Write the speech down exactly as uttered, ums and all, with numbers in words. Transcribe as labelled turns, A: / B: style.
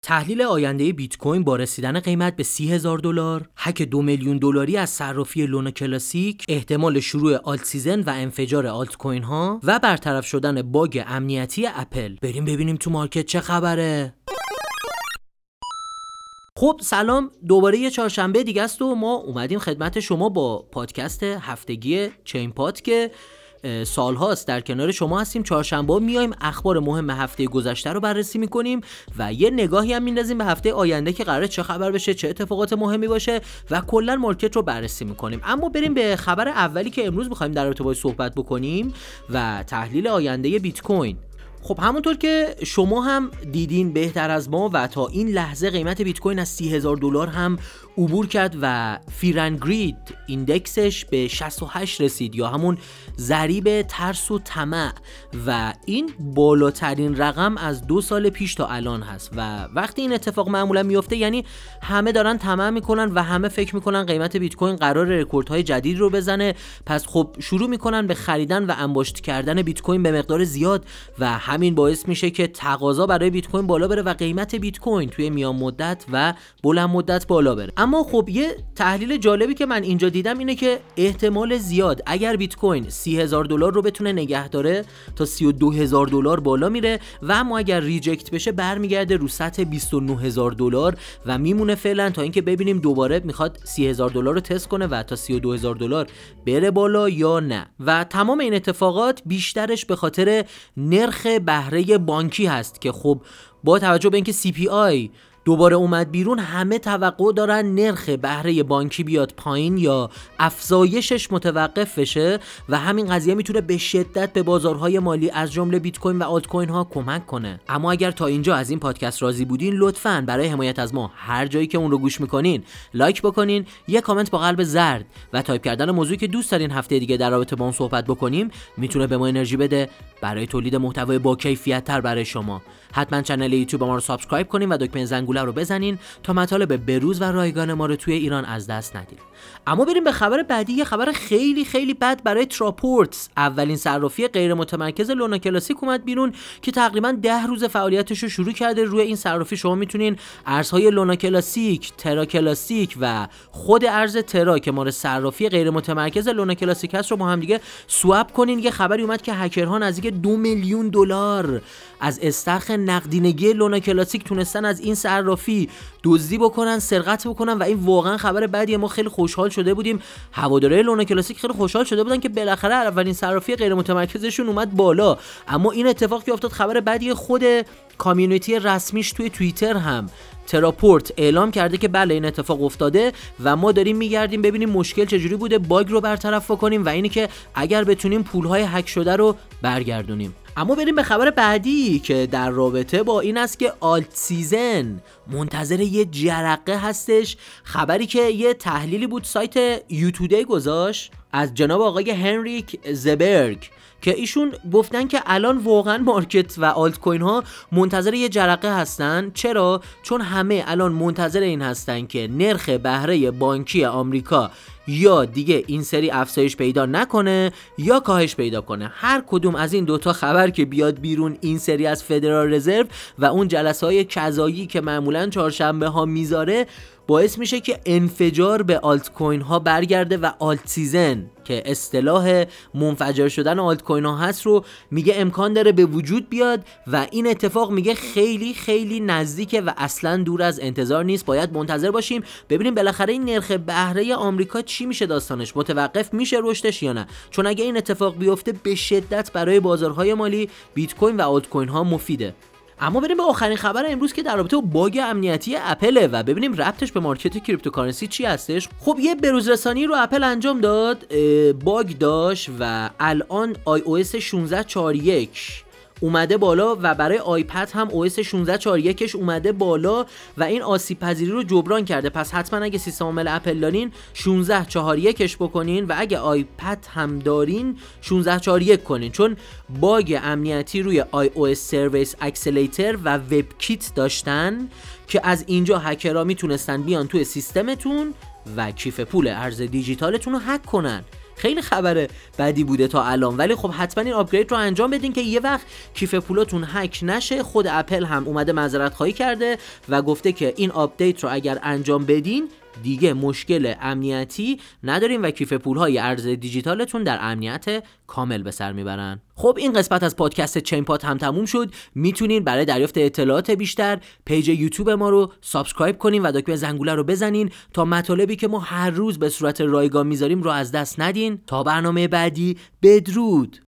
A: تحلیل آینده بیت کوین با رسیدن قیمت به سی هزار دلار، هک دو میلیون دلاری از صرافی لونا کلاسیک، احتمال شروع آلت سیزن و انفجار آلت کوین ها و برطرف شدن باگ امنیتی اپل. بریم ببینیم تو مارکت چه خبره. خب سلام، دوباره یه چهارشنبه دیگه است و ما اومدیم خدمت شما با پادکست هفتگی چین پاد که سال هاست در کنار شما هستیم. چهارشنبه میایم اخبار مهم هفته گذشته رو بررسی میکنیم و یه نگاهی هم میندازیم به هفته آینده که قراره چه خبر بشه، چه اتفاقات مهمی باشه و کلا مارکت رو بررسی میکنیم. اما بریم به خبر اولی که امروز میخوایم در رابطه باهاش صحبت بکنیم و تحلیل آینده بیت کوین. خب همونطور که شما هم دیدین بهتر از ما و تا این لحظه قیمت بیت کوین از سی هزار دلار هم عبور کرد و فیر اند گرید ایندکسش به شصت و هشت رسید یا همون ضریب ترس و طمع و این بالاترین رقم از دو سال پیش تا الان هست و وقتی این اتفاق معمولا میفته یعنی همه دارن طمع میکنن و همه فکر میکنن قیمت بیت کوین قرار رکوردهای جدید رو بزنه، پس خب شروع میکنن به خریدن و انباشت کردن بیت کوین به مقدار زیاد و همین باعث میشه که تقاضا برای بیت کوین بالا بره و قیمت بیت کوین توی میان مدت و بلند مدت بالا بره. اما خب یه تحلیل جالبی که من اینجا دیدم اینه که احتمال زیاد اگر بیت کوین سی هزار دلار رو بتونه نگه داره تا سی و دو هزار دلار بالا میره و اما اگر ریجکت بشه برمیگرده رو سطح بیست و نه هزار دلار و میمونه فعلا تا اینکه ببینیم دوباره میخواد سی هزار دلار رو تست کنه و تا سی و دو هزار دلار بره بالا یا نه. و تمام این اتفاقات بیشترش به خاطر نرخ بهره بانکی هست که خب با توجه به اینکه سی پی آی دوباره اومد بیرون همه توقع دارن نرخ بهره بانکی بیاد پایین یا افزایشش متوقف بشه و همین قضیه میتونه به شدت به بازارهای مالی از جمله بیت کوین و آلت کوین ها کمک کنه. اما اگر تا اینجا از این پادکست راضی بودین لطفاً برای حمایت از ما هر جایی که اون رو گوش میکنین لایک بکنین، یه کامنت با قلب زرد و تایپ کردن موضوعی که دوست دارین هفته دیگه در رابطه با اون صحبت بکنیم میتونه به ما انرژی بده برای تولید محتوای با کیفیت تر برای شما. حتما کانال یوتیوب ما رو سابسکرایب کنین و دکمه زنگوله رو بزنین تا مطالب بروز و رایگان ما رو توی ایران از دست ندید. اما بریم به خبر بعدی. یه خبر خیلی خیلی بد برای تراپورت. اولین صرافی غیر متمرکز لونا کلاسیک اومد بیرون که تقریبا ده روز فعالیتش رو شروع کرده. روی این صرافی شما میتونین ارزهای لونا کلاسیک، ترا کلاسیک و خود ارز ترا که مال صرافی غیر متمرکز لونا کلاسیک هست رو با هم دیگه سواب کنین. یه خبری اومد که هکرها نزدیک دو میلیون دلار از استخر نقدینگی لونا کلاسیک تونستن از این صرافی دزدی بکنن، سرقت بکنن و این واقعا خبر بدیه. ما خیلی خوشحال شده بودیم، هوادارهای لونا کلاسیک خیلی خوشحال شده بودن که بالاخره اولین صرافی غیر متمرکزشون اومد بالا. اما این اتفاق که افتاد خبر بدیه. خود کامیونیتی رسمیش توی توییتر هم تراپورت اعلام کرده که بله این اتفاق افتاده و ما داریم میگردیم ببینیم مشکل چجوری بوده، باگ رو برطرف بکنیم و اینی که اگر بتونیم پولهای هک شده رو برگردونیم. اما بریم به خبر بعدی که در رابطه با این است که آلت سیزن منتظر یه جرقه هستش. خبری که یه تحلیلی بود سایت یوتودی گذاشت از جناب آقای هنریک زبرگ که ایشون گفتن که الان واقعا مارکت و آلت کوین ها منتظر یه جرقه هستن. چرا؟ چون همه الان منتظر این هستن که نرخ بهره بانکی آمریکا یا دیگه این سری افزایش پیدا نکنه یا کاهش پیدا کنه. هر کدوم از این دوتا خبر که بیاد بیرون این سری از فدرال رزرو و اون جلسه های قضایی که معمولا چهارشنبه ها میذاره باعث میشه که انفجار به آلت کوین ها برگرده و آلت سیزن که اصطلاح منفجر شدن آلت کوین ها هست رو میگه امکان داره به وجود بیاد و این اتفاق میگه خیلی خیلی نزدیکه و اصلا دور از انتظار نیست. باید منتظر باشیم ببینیم بالاخره این نرخ بهره آمریکا چی میشه، داستانش متوقف میشه رشدش یا نه، چون اگه این اتفاق بیفته به شدت برای بازارهای مالی بیت کوین و آلت کوین ها مفیده. اما بریم به آخرین خبر امروز که در رابطه با باگ امنیتی اپل و ببینیم ربطش به مارکت کریپتوکارنسی چی هستش. خب یه بروزرسانی رو اپل انجام داد، باگ داشت و الان آی او اس شانزده چهار یک اومده بالا و برای آیپد هم او اس شانزده چهار یکش اومده بالا و این آسیب پذیری رو جبران کرده. پس حتما اگه سیستم عامل اپل دارین شانزده چهار یکش بکنین و اگه آیپد هم دارین شانزده چهار یک کنین، چون باگ امنیتی روی آی او اس سرویس اکسلراتور و وب کیت داشتن که از اینجا هکرها میتونستن بیان توی سیستمتون و کیف پول ارز دیجیتالتون رو هک کنن. خیلی خبر بدی بوده تا الان، ولی خب حتما این آپگرید رو انجام بدین که یه وقت کیف پولاتون هک نشه. خود اپل هم اومده معذرت خواهی کرده و گفته که این آپدیت رو اگر انجام بدین دیگه مشکل امنیتی نداریم و کیف پول‌های ارز دیجیتالتون در امنیت کامل به سر میبرن. خب این قسمت از پادکست چین پاد هم تموم شد. میتونین برای دریافت اطلاعات بیشتر پیج یوتیوب ما رو سابسکرایب کنین و دکمه زنگوله رو بزنین تا مطالبی که ما هر روز به صورت رایگان میذاریم رو از دست ندین. تا برنامه بعدی، بدرود.